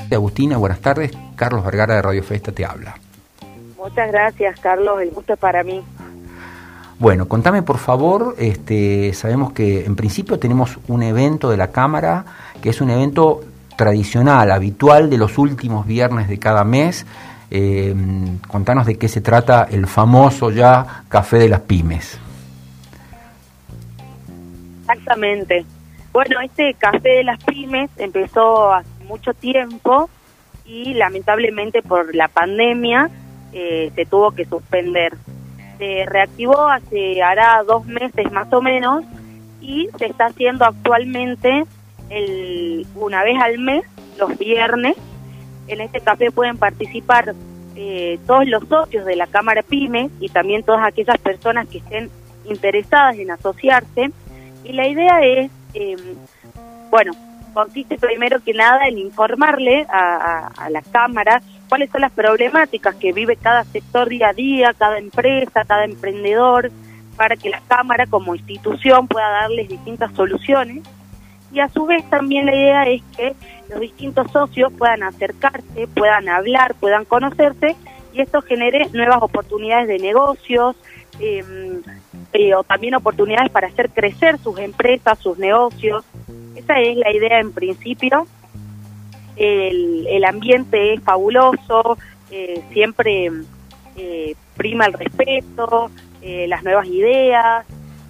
Agustina, buenas tardes. Carlos Vergara de Radio Festa te habla. Muchas gracias, Carlos. El gusto es para mí. Bueno, contame por favor, sabemos que en principio tenemos un evento de la Cámara, que es un evento tradicional, habitual de los últimos viernes de cada mes. Contanos de qué se trata el famoso ya Café de las Pymes. Exactamente. Bueno, este Café de las Pymes empezó hace mucho tiempo y lamentablemente por la pandemia se tuvo que suspender. Se reactivó hará 2 meses más o menos y se está haciendo actualmente una vez al mes, los viernes. En este café pueden participar todos los socios de la Cámara Pymes y también todas aquellas personas que estén interesadas en asociarse. Y la idea es, consiste primero que nada en informarle a la Cámara cuáles son las problemáticas que vive cada sector día a día, cada empresa, cada emprendedor, para que la Cámara como institución pueda darles distintas soluciones. Y a su vez también la idea es que los distintos socios puedan acercarse, puedan hablar, puedan conocerse, y esto genere nuevas oportunidades de negocios, o también oportunidades para hacer crecer sus empresas, sus negocios. Esa es la idea en principio. El ambiente es fabuloso, siempre prima el respeto, las nuevas ideas,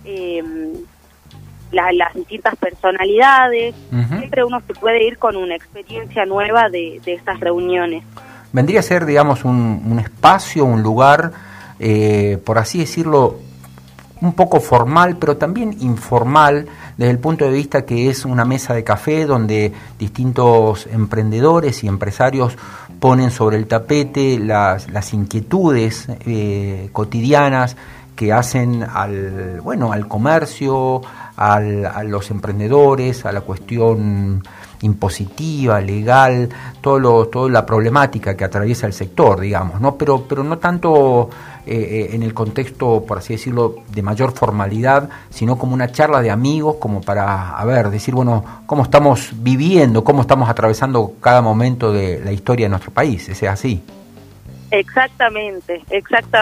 las distintas personalidades. Uh-huh. Siempre uno se puede ir con una experiencia nueva de estas reuniones. Vendría a ser, digamos, un espacio, un lugar, por así decirlo, un poco formal, pero también informal, desde el punto de vista que es una mesa de café donde distintos emprendedores y empresarios ponen sobre el tapete las inquietudes cotidianas que hacen al comercio, a los emprendedores, a la cuestión impositiva, legal, toda la problemática que atraviesa el sector, digamos, ¿no? Pero no tanto en el contexto, por así decirlo, de mayor formalidad, sino como una charla de amigos, como para, decir, bueno, cómo estamos viviendo, cómo estamos atravesando cada momento de la historia de nuestro país, ¿es así? Exactamente, es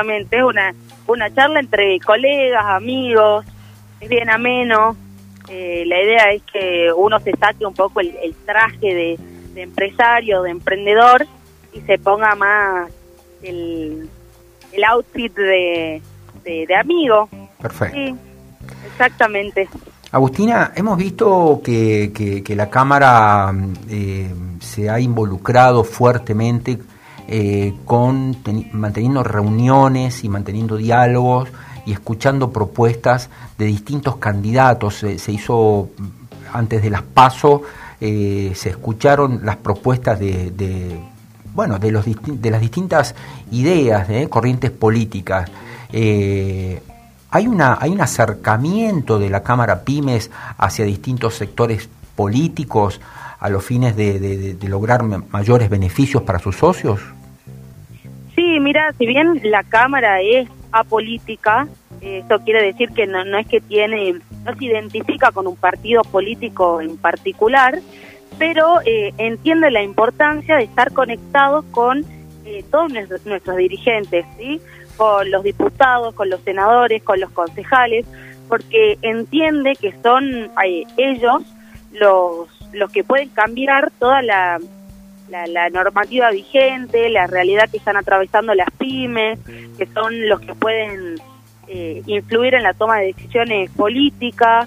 una charla entre colegas, amigos, es bien ameno. La idea es que uno se saque un poco el traje de empresario, de emprendedor, y se ponga más el outfit de amigo. Perfecto. Sí, exactamente. Agustina, hemos visto que la Cámara se ha involucrado fuertemente manteniendo reuniones y manteniendo diálogos y escuchando propuestas de distintos candidatos. Se hizo antes de las PASO, se escucharon las propuestas de las distintas ideas, corrientes políticas. Hay un acercamiento de la Cámara Pymes hacia distintos sectores políticos a los fines de lograr mayores beneficios para sus socios. Sí, mira, si bien la Cámara es apolítica, esto quiere decir que no es que no se identifica con un partido político en particular, pero entiende la importancia de estar conectados con todos nuestros dirigentes, ¿sí? Con los diputados, con los senadores, con los concejales, porque entiende que son ellos los que pueden cambiar toda la normativa vigente, la realidad que están atravesando las pymes, que son los que pueden influir en la toma de decisiones políticas,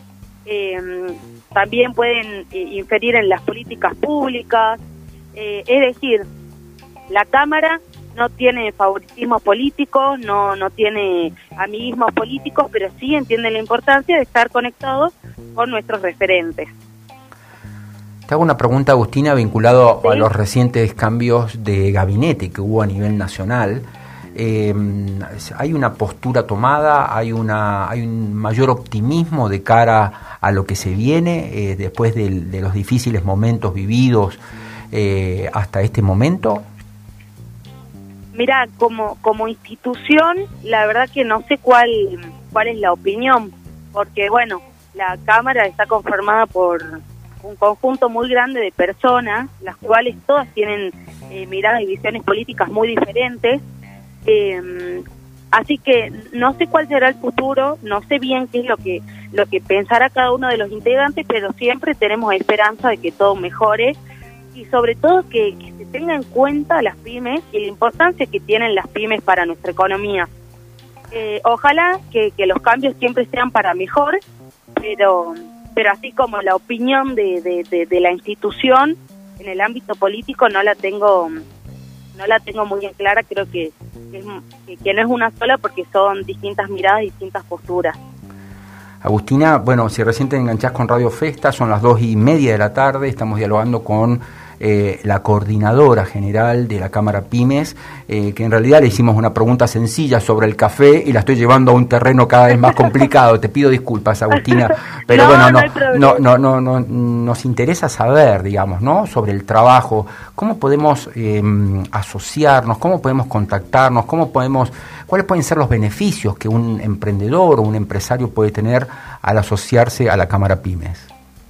también pueden inferir en las políticas públicas. Es decir, la Cámara no tiene favoritismo político, no tiene amiguismos políticos, pero sí entiende la importancia de estar conectados con nuestros referentes. Te hago una pregunta, Agustina, vinculado a los recientes cambios de gabinete que hubo a nivel nacional. ¿Hay una postura tomada? ¿Hay un mayor optimismo de cara a lo que se viene después de los difíciles momentos vividos hasta este momento? Mira, como institución, la verdad que no sé cuál es la opinión, porque bueno, la Cámara está conformada por un conjunto muy grande de personas, las cuales todas tienen miradas y visiones políticas muy diferentes. Así que no sé cuál será el futuro, no sé bien qué es lo que pensará cada uno de los integrantes, pero siempre tenemos esperanza de que todo mejore y sobre todo que se tenga en cuenta las pymes y la importancia que tienen las pymes para nuestra economía. Ojalá que los cambios siempre sean para mejor, pero así como la opinión de la institución en el ámbito político no la tengo muy en clara. Creo que no es una sola, porque son distintas miradas, distintas posturas. Agustina, bueno, si recién te enganchás con Radio Festa, son las 2:30 de la tarde, estamos dialogando con la coordinadora general de la Cámara Pymes, que en realidad le hicimos una pregunta sencilla sobre el café y la estoy llevando a un terreno cada vez más complicado. Te pido disculpas, Agustina, pero nos interesa saber, digamos, ¿no?, sobre el trabajo, cómo podemos asociarnos, cómo podemos contactarnos, cuáles pueden ser los beneficios que un emprendedor o un empresario puede tener al asociarse a la Cámara Pymes.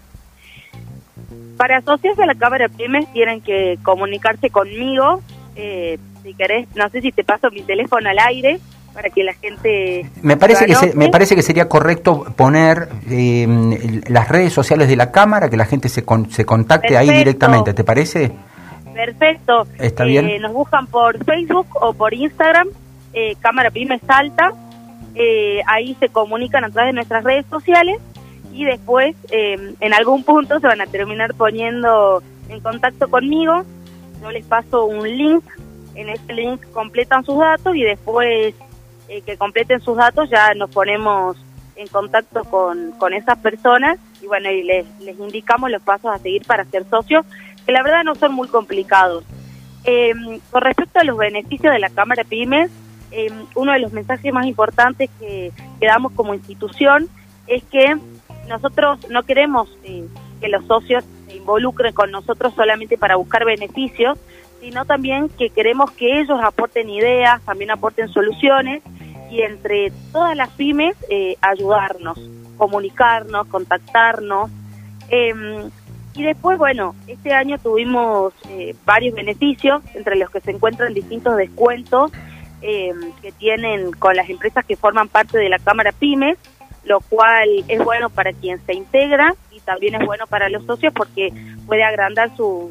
Para asociarse a la Cámara Pymes tienen que comunicarse conmigo. Si querés, no sé si te paso mi teléfono al aire para que la gente... Me parece que sería correcto poner las redes sociales de la Cámara, que la gente se contacte. Perfecto. Ahí directamente, ¿te parece? Perfecto. ¿Está bien? Nos buscan por Facebook o por Instagram, Cámara Pymes Salta. Ahí se comunican a través de nuestras redes sociales. Y después, en algún punto, se van a terminar poniendo en contacto conmigo. Yo les paso un link, en ese link completan sus datos y después que completen sus datos ya nos ponemos en contacto con esas personas y bueno, y les indicamos los pasos a seguir para ser socios, que la verdad no son muy complicados. Con respecto a los beneficios de la Cámara Pymes, uno de los mensajes más importantes que damos como institución es que nosotros no queremos que los socios se involucren con nosotros solamente para buscar beneficios, sino también que queremos que ellos aporten ideas, también aporten soluciones y entre todas las pymes ayudarnos, comunicarnos, contactarnos. Y después, bueno, este año tuvimos varios beneficios, entre los que se encuentran distintos descuentos que tienen con las empresas que forman parte de la Cámara Pymes, lo cual es bueno para quien se integra y también es bueno para los socios porque puede agrandar su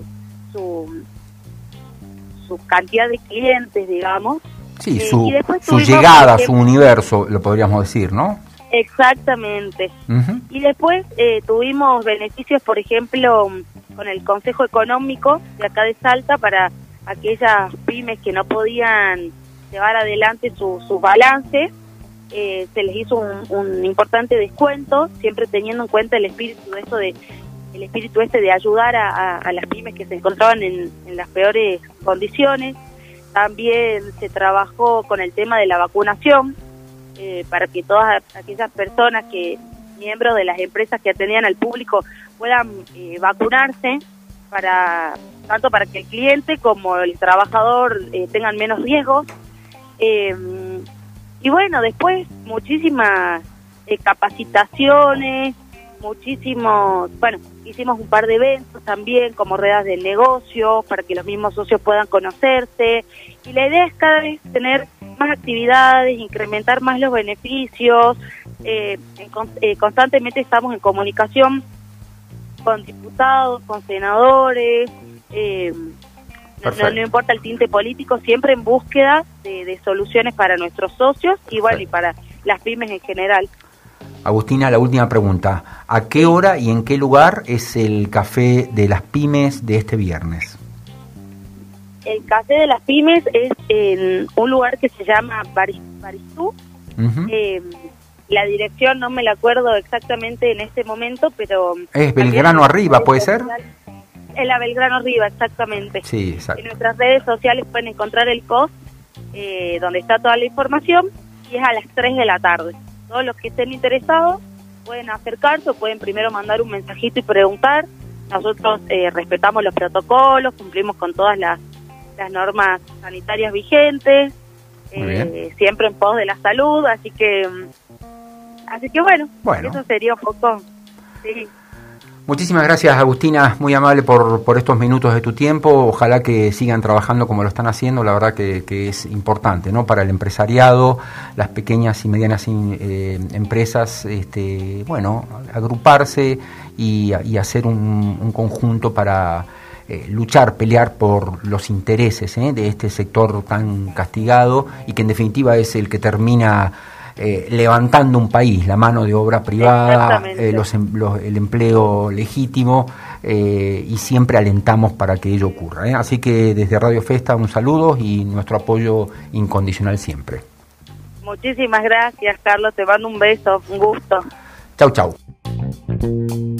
cantidad de clientes, digamos. Sí, su llegada, su universo, lo podríamos decir, ¿no? Exactamente. Uh-huh. Y después tuvimos beneficios, por ejemplo, con el Consejo Económico de acá de Salta para aquellas pymes que no podían llevar adelante sus balances. Se les hizo un importante descuento, siempre teniendo en cuenta el espíritu de ayudar a las pymes que se encontraban en las peores condiciones. También se trabajó con el tema de la vacunación para que todas aquellas personas miembros de las empresas que atendían al público puedan vacunarse, tanto para que el cliente como el trabajador tengan menos riesgos. Y bueno, después muchísimas capacitaciones, hicimos un par de eventos también como ruedas de negocio para que los mismos socios puedan conocerse y la idea es cada vez tener más actividades, incrementar más los beneficios. Constantemente estamos en comunicación con diputados, con senadores, no importa el tinte político, siempre en búsqueda de soluciones para nuestros socios y bueno, y para las pymes en general. Agustina, la última pregunta. ¿A qué hora y en qué lugar es el café de las pymes de este viernes? El café de las pymes es en un lugar que se llama Baristú. Uh-huh. La dirección no me la acuerdo exactamente en este momento, pero... ¿Es Belgrano Arriba, puede ser? En la Belgrano Arriba, exactamente. Sí, exacto. En nuestras redes sociales pueden encontrar el COS, donde está toda la información, y es a las 3 de la tarde. Todos los que estén interesados pueden acercarse o pueden primero mandar un mensajito y preguntar. Nosotros respetamos los protocolos, cumplimos con todas las normas sanitarias vigentes, siempre en pos de la salud, así que bueno, eso sería un poco Sí. Muchísimas gracias, Agustina, muy amable por estos minutos de tu tiempo. Ojalá que sigan trabajando como lo están haciendo. La verdad que es importante, ¿no? Para el empresariado, las pequeñas y medianas empresas, bueno, agruparse y hacer un conjunto para luchar, pelear por los intereses de este sector tan castigado y que en definitiva es el que termina levantando un país, la mano de obra privada, el empleo legítimo, y siempre alentamos para que ello ocurra. Así que desde Radio Festa un saludo y nuestro apoyo incondicional siempre. Muchísimas gracias, Carlos, te mando un beso, un gusto. Chau, chau.